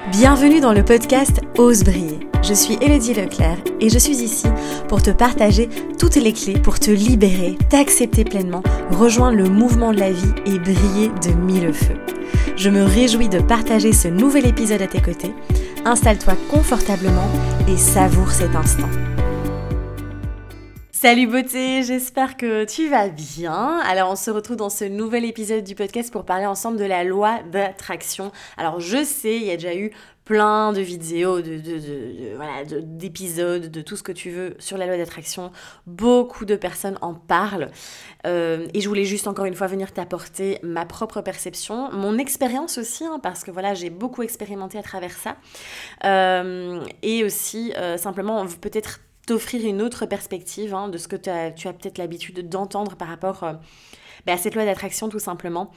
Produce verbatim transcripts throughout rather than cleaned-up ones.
Bienvenue dans le podcast Ose briller. Je suis Élodie Leclerc et je suis ici pour te partager toutes les clés pour te libérer, t'accepter pleinement, rejoindre le mouvement de la vie et briller de mille feux. Je me réjouis de partager ce nouvel épisode à tes côtés. Installe-toi confortablement et savoure cet instant. Salut beauté, j'espère que tu vas bien. Alors on se retrouve dans ce nouvel épisode du podcast pour parler ensemble de la loi d'attraction. Alors je sais, il y a déjà eu plein de vidéos, de, de, de, de, voilà, de, d'épisodes, de tout ce que tu veux sur la loi d'attraction. Beaucoup de personnes en parlent. Euh, et je voulais juste encore une fois venir t'apporter ma propre perception, mon expérience aussi, hein, parce que voilà, j'ai beaucoup expérimenté à travers ça. Euh, et aussi euh, simplement peut-être t'offrir une autre perspective hein, de ce que tu as, tu as peut-être l'habitude d'entendre par rapport euh, bah, à cette loi d'attraction tout simplement.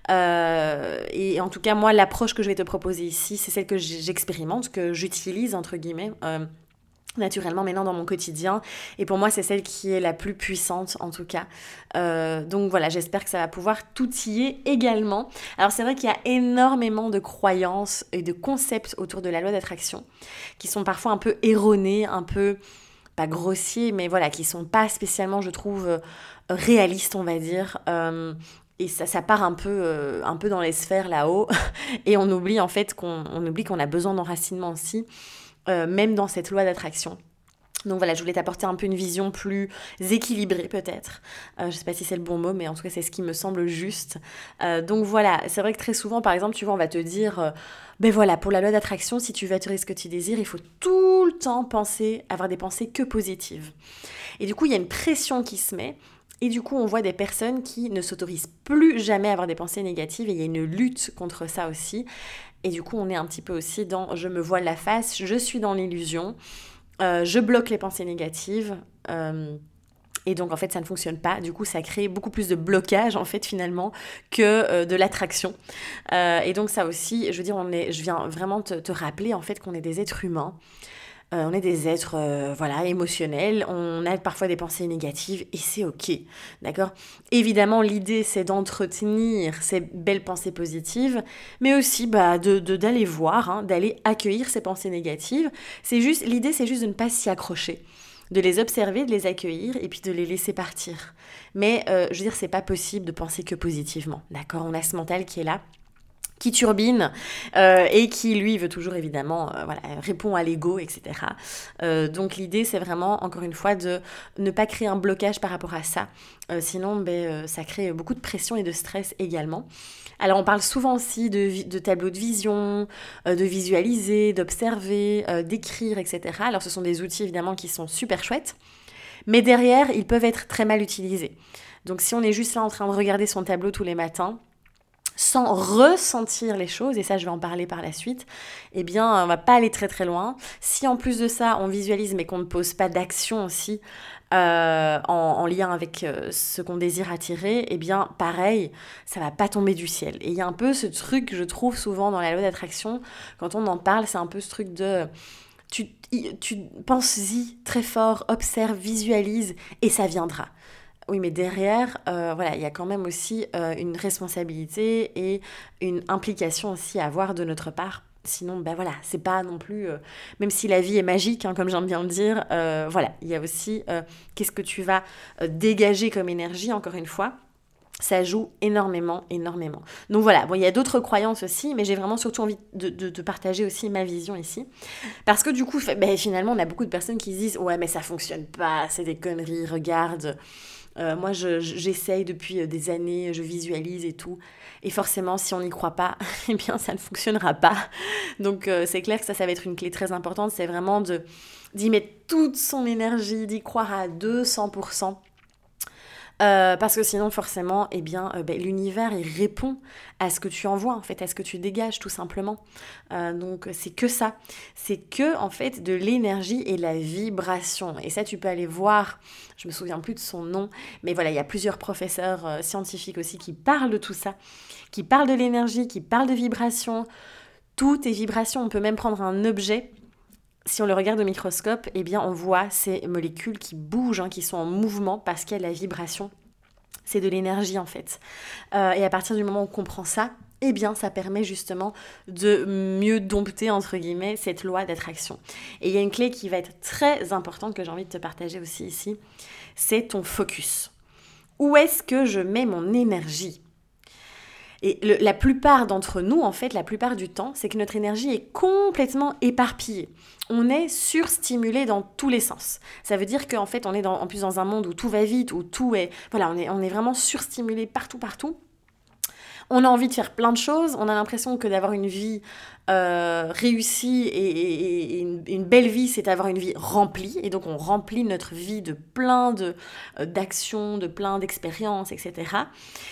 Euh, et en tout cas, moi, l'approche que je vais te proposer ici, c'est celle que j'expérimente, que j'utilise, entre guillemets, euh, naturellement maintenant dans mon quotidien. Et pour moi, c'est celle qui est la plus puissante en tout cas. Euh, donc voilà, j'espère que ça va pouvoir t'outiller également. Alors c'est vrai qu'il y a énormément de croyances et de concepts autour de la loi d'attraction qui sont parfois un peu erronés, un peu... pas grossiers, mais voilà, qui sont pas spécialement, je trouve, euh, réalistes, on va dire. Euh, et ça, ça part un peu, euh, un peu dans les sphères là-haut. Et on oublie en fait qu'on, on oublie qu'on a besoin d'enracinement aussi, euh, même dans cette loi d'attraction. Donc voilà, je voulais t'apporter un peu une vision plus équilibrée peut-être. Euh, je ne sais pas si c'est le bon mot, mais en tout cas c'est ce qui me semble juste. Euh, donc voilà, c'est vrai que très souvent, par exemple, tu vois, on va te dire, euh, ben voilà, pour la loi d'attraction, si tu veux attirer ce que tu désires, il faut tout le temps penser, avoir des pensées que positives. Et du coup, il y a une pression qui se met. Et du coup, on voit des personnes qui ne s'autorisent plus jamais à avoir des pensées négatives. Et il y a une lutte contre ça aussi. Et du coup, on est un petit peu aussi dans « je me voile la face, je suis dans l'illusion ». Euh, je bloque les pensées négatives euh, et donc en fait ça ne fonctionne pas. Du coup ça crée beaucoup plus de blocage en fait finalement que euh, de l'attraction. Euh, et donc ça aussi, je veux dire, on est, je viens vraiment te, te rappeler en fait qu'on est des êtres humains. Euh, on est des êtres euh, voilà, émotionnels, on a parfois des pensées négatives et c'est ok, d'accord ? Évidemment, l'idée c'est d'entretenir ces belles pensées positives, mais aussi bah, de, de, d'aller voir, hein, d'aller accueillir ces pensées négatives. C'est juste, l'idée c'est juste de ne pas s'y accrocher, de les observer, de les accueillir et puis de les laisser partir. Mais euh, je veux dire, c'est pas possible de penser que positivement, d'accord ? On a ce mental qui est là, qui turbine euh, et qui, lui, veut toujours, évidemment, euh, voilà, répond à l'ego, et cetera. Euh, donc, l'idée, c'est vraiment, encore une fois, de ne pas créer un blocage par rapport à ça. Euh, sinon, ben, euh, ça crée beaucoup de pression et de stress également. Alors, on parle souvent aussi de, de tableaux de vision, euh, de visualiser, d'observer, euh, d'écrire, et cetera. Alors, ce sont des outils, évidemment, qui sont super chouettes. Mais derrière, ils peuvent être très mal utilisés. Donc, si on est juste là en train de regarder son tableau tous les matins, sans ressentir les choses, et ça je vais en parler par la suite, eh bien on va pas aller très très loin. Si en plus de ça on visualise mais qu'on ne pose pas d'action aussi euh, en, en lien avec euh, ce qu'on désire attirer, eh bien pareil, ça va pas tomber du ciel. Et il y a un peu ce truc que je trouve souvent dans la loi d'attraction, quand on en parle, c'est un peu ce truc de... Tu, tu penses-y très fort, observe, visualise et ça viendra. Oui, mais derrière, euh, voilà, il y a quand même aussi euh, une responsabilité et une implication aussi à avoir de notre part. Sinon, ben voilà, c'est pas non plus... Euh, même si la vie est magique, hein, comme j'aime bien le dire, euh, voilà, il y a aussi euh, qu'est-ce que tu vas euh, dégager comme énergie, encore une fois. Ça joue énormément, énormément. Donc voilà, bon, il y a d'autres croyances aussi, mais j'ai vraiment surtout envie de, de, de partager aussi ma vision ici. Parce que du coup, ben, finalement, on a beaucoup de personnes qui se disent « Ouais, mais ça fonctionne pas, c'est des conneries, regarde ». Euh, moi, je, j'essaye depuis des années, je visualise et tout. Et forcément, si on n'y croit pas, eh bien, ça ne fonctionnera pas. Donc, euh, c'est clair que ça, ça va être une clé très importante. C'est vraiment de, d'y mettre toute son énergie, d'y croire à deux cents pour cent. Euh, parce que sinon, forcément, eh bien, euh, ben, l'univers, il répond à ce que tu envoies, en fait, à ce que tu dégages, tout simplement. Euh, donc, c'est que ça. C'est que, en fait, de l'énergie et la vibration. Et ça, tu peux aller voir, je me souviens plus de son nom, mais voilà, il y a plusieurs professeurs euh, scientifiques aussi qui parlent de tout ça, qui parlent de l'énergie, qui parlent de vibration. Tout est vibration. On peut même prendre un objet. Si on le regarde au microscope, eh bien, on voit ces molécules qui bougent, hein, qui sont en mouvement parce qu'il y a de la vibration. C'est de l'énergie, en fait. Euh, et à partir du moment où on comprend ça, eh bien ça permet justement de mieux dompter entre guillemets cette loi d'attraction. Et il y a une clé qui va être très importante que j'ai envie de te partager aussi ici, c'est ton focus. Où est-ce que je mets mon énergie ? Et le, la plupart d'entre nous, en fait, la plupart du temps, c'est que notre énergie est complètement éparpillée. On est surstimulé dans tous les sens. Ça veut dire qu'en fait, on est dans, en plus dans un monde où tout va vite, où tout est... Voilà, on est, on est vraiment surstimulé partout, partout. On a envie de faire plein de choses, on a l'impression que d'avoir une vie euh, réussie et, et, et une, une belle vie, c'est d'avoir une vie remplie. Et donc on remplit notre vie de plein de, euh, d'actions, de plein d'expériences, et cetera.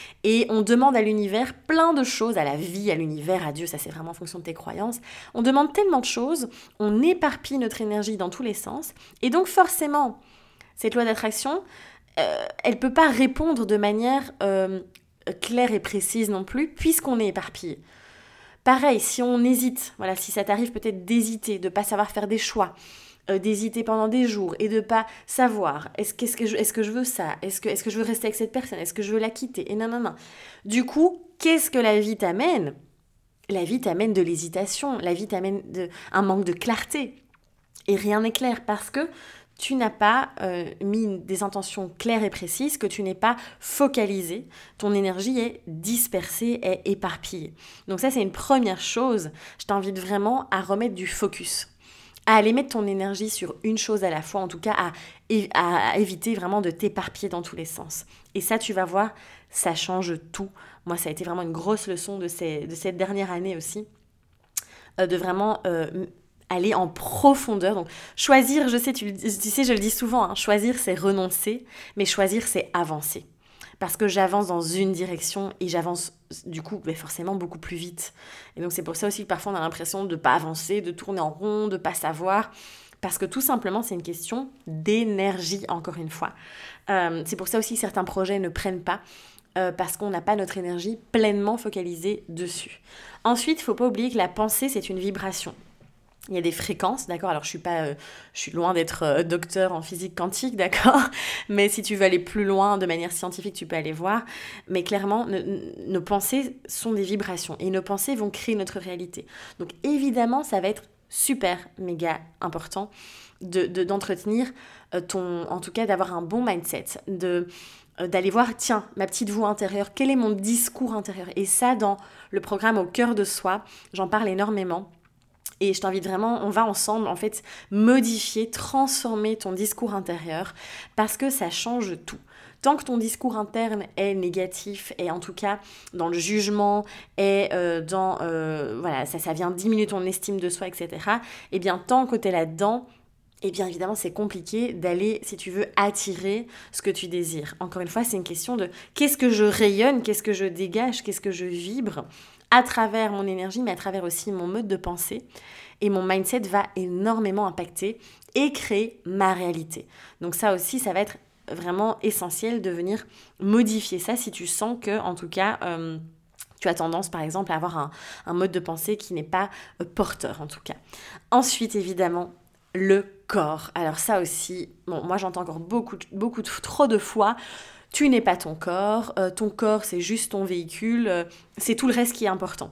Et on demande à l'univers plein de choses, à la vie, à l'univers, à Dieu, ça c'est vraiment en fonction de tes croyances. On demande tellement de choses, on éparpille notre énergie dans tous les sens. Et donc forcément, cette loi d'attraction, euh, elle ne peut pas répondre de manière... Euh, claire et précise non plus, puisqu'on est éparpillé. Pareil, si on hésite, voilà, si ça t'arrive peut-être d'hésiter, de ne pas savoir faire des choix, euh, d'hésiter pendant des jours et de ne pas savoir, est-ce, qu'est-ce que je, est-ce que je veux ça, est-ce que, est-ce que je veux rester avec cette personne, est-ce que je veux la quitter, et non, non, non. Du coup, qu'est-ce que la vie t'amène ? La vie t'amène de l'hésitation, la vie t'amène de, un manque de clarté. Et rien n'est clair parce que tu n'as pas euh, mis des intentions claires et précises, que tu n'es pas focalisé, ton énergie est dispersée, est éparpillée. Donc ça, c'est une première chose. Je t'invite vraiment à remettre du focus, à aller mettre ton énergie sur une chose à la fois, en tout cas à, à, à éviter vraiment de t'éparpiller dans tous les sens. Et ça, tu vas voir, ça change tout. Moi, ça a été vraiment une grosse leçon de, ces, de cette dernière année aussi, euh, de vraiment... Euh, aller en profondeur. Donc, choisir, je sais, tu, tu sais, je le dis souvent, hein, choisir, c'est renoncer, mais choisir, c'est avancer. Parce que j'avance dans une direction et j'avance, du coup, ben forcément beaucoup plus vite. Et donc, c'est pour ça aussi que parfois, on a l'impression de ne pas avancer, de tourner en rond, de ne pas savoir. Parce que tout simplement, c'est une question d'énergie, encore une fois. Euh, c'est pour ça aussi que certains projets ne prennent pas. Euh, parce qu'on n'a pas notre énergie pleinement focalisée dessus. Ensuite, il ne faut pas oublier que la pensée, c'est une vibration. Il y a des fréquences, d'accord ? Alors, je suis pas, euh, je suis loin d'être euh, docteur en physique quantique, d'accord ? Mais si tu veux aller plus loin de manière scientifique, tu peux aller voir. Mais clairement, ne, nos pensées sont des vibrations et nos pensées vont créer notre réalité. Donc, évidemment, ça va être super, méga important de, de, d'entretenir euh, ton... En tout cas, d'avoir un bon mindset, de... d'aller voir, tiens, ma petite voix intérieure, quel est mon discours intérieur ? Et ça, dans le programme Au cœur de soi, j'en parle énormément. Et je t'invite vraiment, on va ensemble en fait modifier, transformer ton discours intérieur parce que ça change tout. Tant que ton discours interne est négatif et en tout cas dans le jugement et euh, dans, euh, voilà, ça, ça vient diminuer ton estime de soi, et cetera. Et bien tant que tu es là-dedans, et bien évidemment c'est compliqué d'aller, si tu veux, attirer ce que tu désires. Encore une fois, c'est une question de qu'est-ce que je rayonne, qu'est-ce que je dégage, qu'est-ce que je vibre à travers mon énergie, mais à travers aussi mon mode de pensée. Et mon mindset va énormément impacter et créer ma réalité. Donc ça aussi, ça va être vraiment essentiel de venir modifier ça si tu sens que, en tout cas, euh, tu as tendance, par exemple, à avoir un, un mode de pensée qui n'est pas euh, porteur, en tout cas. Ensuite, évidemment, le corps. Alors ça aussi, bon, moi j'entends encore beaucoup, beaucoup trop de fois... Tu n'es pas ton corps, euh, ton corps c'est juste ton véhicule, euh, c'est tout le reste qui est important.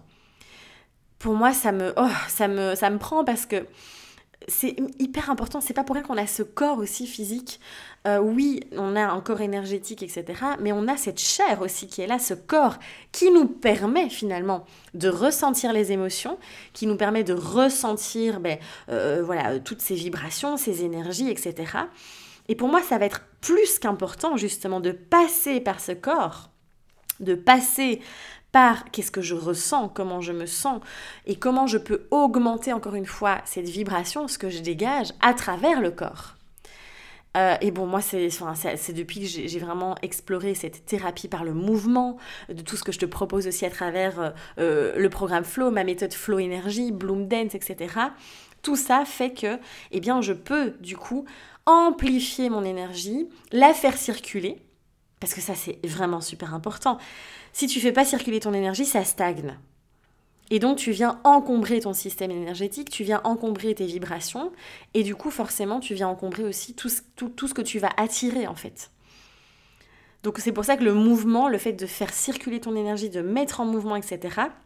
Pour moi, ça me, oh, ça me, ça me prend parce que c'est hyper important. C'est pas pour rien qu'on a ce corps aussi physique. Euh, oui, on a un corps énergétique, et cetera. Mais on a cette chair aussi qui est là, ce corps qui nous permet finalement de ressentir les émotions, qui nous permet de ressentir ben, euh, voilà, toutes ces vibrations, ces énergies, et cetera. Et pour moi, ça va être plus qu'important justement de passer par ce corps, de passer par qu'est-ce que je ressens, comment je me sens et comment je peux augmenter encore une fois cette vibration, ce que je dégage à travers le corps. Euh, et bon, moi, c'est, enfin, c'est, c'est depuis que j'ai, j'ai vraiment exploré cette thérapie par le mouvement, de tout ce que je te propose aussi à travers euh, le programme Flow, ma méthode Flow Énergie, Bloom Dance, et cetera. Tout ça fait que, eh bien, je peux du coup amplifier mon énergie, la faire circuler, parce que ça, c'est vraiment super important. Si tu ne fais pas circuler ton énergie, ça stagne. Et donc, tu viens encombrer ton système énergétique, tu viens encombrer tes vibrations, et du coup, forcément, tu viens encombrer aussi tout ce, tout, tout ce que tu vas attirer, en fait. Donc, c'est pour ça que le mouvement, le fait de faire circuler ton énergie, de mettre en mouvement, et cetera,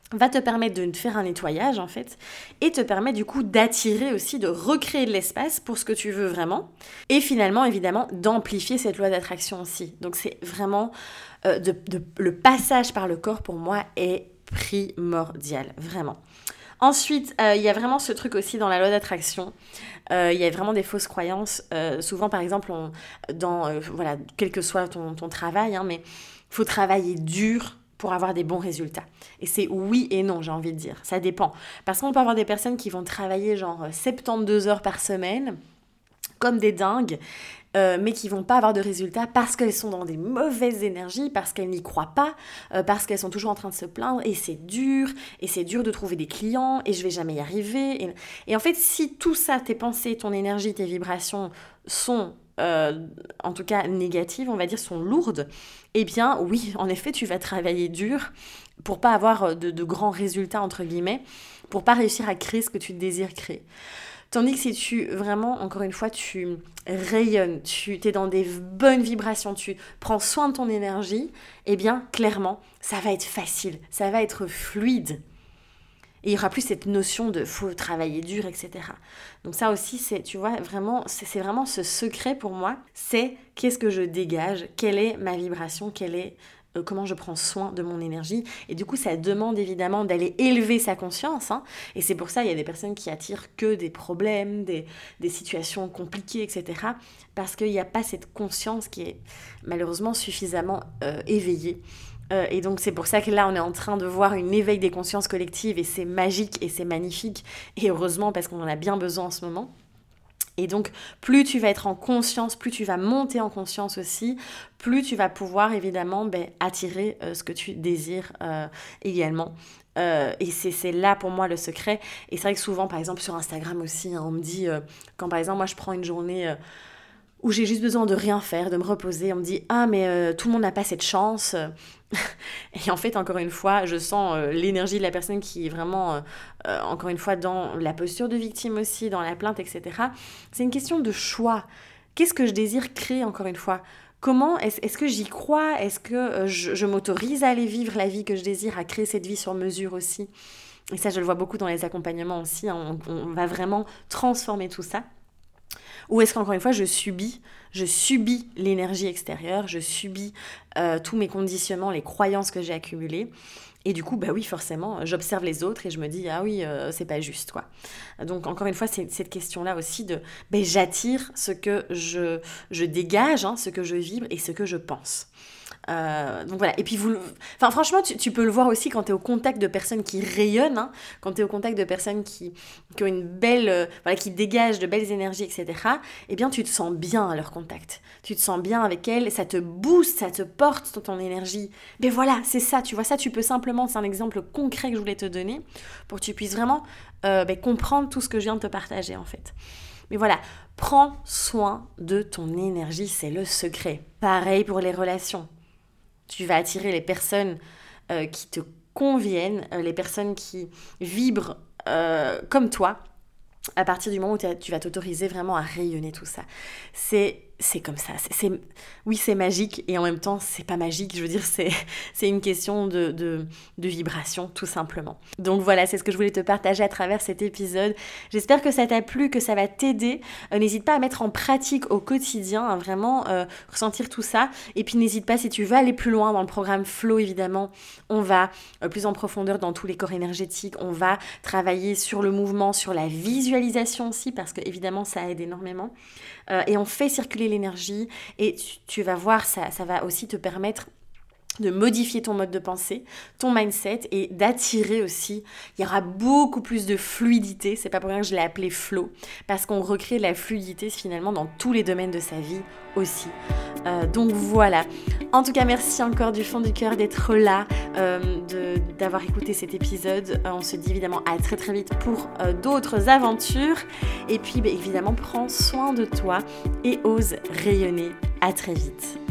va te permettre de faire un nettoyage en fait et te permet du coup d'attirer aussi, de recréer de l'espace pour ce que tu veux vraiment et finalement évidemment d'amplifier cette loi d'attraction aussi. Donc c'est vraiment euh, de, de, le passage par le corps pour moi est primordial, vraiment. Ensuite, euh, il y a vraiment ce truc aussi dans la loi d'attraction. Euh, il y a vraiment des fausses croyances. Euh, souvent, par exemple, on, dans, euh, voilà, quel que soit ton, ton travail, hein, mais il faut travailler dur pour avoir des bons résultats. Et c'est oui et non, j'ai envie de dire. Ça dépend. Parce qu'on peut avoir des personnes qui vont travailler genre soixante-douze heures par semaine, comme des dingues, euh, mais qui vont pas avoir de résultats parce qu'elles sont dans des mauvaises énergies, parce qu'elles n'y croient pas, euh, parce qu'elles sont toujours en train de se plaindre, et c'est dur, et c'est dur de trouver des clients, et je vais jamais y arriver. Et, et en fait, si tout ça, tes pensées, ton énergie, tes vibrations sont... Euh, en tout cas négatives, on va dire, sont lourdes, eh bien oui, en effet, tu vas travailler dur pour pas avoir de, de grands résultats, entre guillemets, pour pas réussir à créer ce que tu désires créer. Tandis que si tu, vraiment, encore une fois, tu rayonnes, tu es dans des bonnes vibrations, tu prends soin de ton énergie, eh bien, clairement, ça va être facile, ça va être fluide. Et il n'y aura plus cette notion de faut travailler dur, et cetera. Donc ça aussi, c'est, tu vois, vraiment, c'est, c'est vraiment ce secret pour moi, c'est qu'est-ce que je dégage, quelle est ma vibration, quelle est, euh, comment je prends soin de mon énergie. Et du coup, ça demande évidemment d'aller élever sa conscience. Hein. Et c'est pour ça, il y a des personnes qui attirent que des problèmes, des, des situations compliquées, et cetera. Parce qu'il n'y a pas cette conscience qui est malheureusement suffisamment euh, éveillée. Euh, et donc c'est pour ça que là on est en train de voir une éveil des consciences collectives et c'est magique et c'est magnifique et heureusement parce qu'on en a bien besoin en ce moment. Et donc plus tu vas être en conscience, plus tu vas monter en conscience aussi, plus tu vas pouvoir évidemment ben, attirer euh, ce que tu désires euh, également. Euh, et c'est, c'est là pour moi le secret. Et c'est vrai que souvent par exemple sur Instagram aussi, hein, on me dit, euh, quand par exemple moi je prends une journée... Euh, où j'ai juste besoin de rien faire, de me reposer. On me dit « Ah, mais euh, tout le monde n'a pas cette chance. » Et en fait, encore une fois, je sens euh, l'énergie de la personne qui est vraiment, euh, euh, encore une fois, dans la posture de victime aussi, dans la plainte, et cetera. C'est une question de choix. Qu'est-ce que je désire créer, encore une fois ? Comment est-ce, est-ce que j'y crois ? Est-ce que euh, je, je m'autorise à aller vivre la vie que je désire, à créer cette vie sur mesure aussi ? Et ça, je le vois beaucoup dans les accompagnements aussi. Hein. On, on va vraiment transformer tout ça. Ou est-ce qu'encore une fois, je subis, je subis l'énergie extérieure, je subis euh, tous mes conditionnements, les croyances que j'ai accumulées. Et du coup, bah oui, forcément, j'observe les autres et je me dis, ah oui, euh, c'est pas juste, quoi. Donc, encore une fois, c'est cette question-là aussi de, ben, j'attire ce que je, je dégage, hein, ce que je vibre et ce que je pense. Euh, donc voilà, et puis vous, enfin franchement tu, tu peux le voir aussi quand tu es au contact de personnes qui rayonnent, hein, quand tu es au contact de personnes qui, qui ont une belle, euh, voilà, qui dégagent de belles énergies, et cetera. Eh bien tu te sens bien à leur contact, tu te sens bien avec elles, ça te booste, ça te porte dans ton énergie. Mais voilà, c'est ça, tu vois, ça tu peux simplement, c'est un exemple concret que je voulais te donner pour que tu puisses vraiment euh, ben, comprendre tout ce que je viens de te partager en fait. Mais voilà, prends soin de ton énergie, c'est le secret. Pareil pour les relations. Tu vas attirer les personnes euh, qui te conviennent, euh, les personnes qui vibrent euh, comme toi, à partir du moment où tu vas t'autoriser vraiment à rayonner tout ça. C'est, c'est comme ça. C'est, c'est, oui, c'est magique et en même temps, c'est pas magique. Je veux dire, c'est, c'est une question de, de, de vibration, tout simplement. Donc voilà, c'est ce que je voulais te partager à travers cet épisode. J'espère que ça t'a plu, que ça va t'aider. Euh, n'hésite pas à mettre en pratique au quotidien, hein, vraiment euh, ressentir tout ça. Et puis n'hésite pas, si tu veux aller plus loin dans le programme Flow, évidemment, on va euh, plus en profondeur dans tous les corps énergétiques. On va travailler sur le mouvement, sur la visualisation aussi, parce que évidemment, ça aide énormément. Euh, et on fait circuler l'énergie et tu, tu vas voir, ça, ça va aussi te permettre de modifier ton mode de pensée, ton mindset et d'attirer aussi. Il y aura beaucoup plus de fluidité, c'est pas pour rien que je l'ai appelé flow, parce qu'on recrée de la fluidité finalement dans tous les domaines de sa vie aussi. Euh, donc voilà. En tout cas, merci encore du fond du cœur d'être là, euh, de, d'avoir écouté cet épisode. Euh, on se dit évidemment à très très vite pour euh, d'autres aventures. Et puis bah, évidemment, prends soin de toi et ose rayonner. À très vite.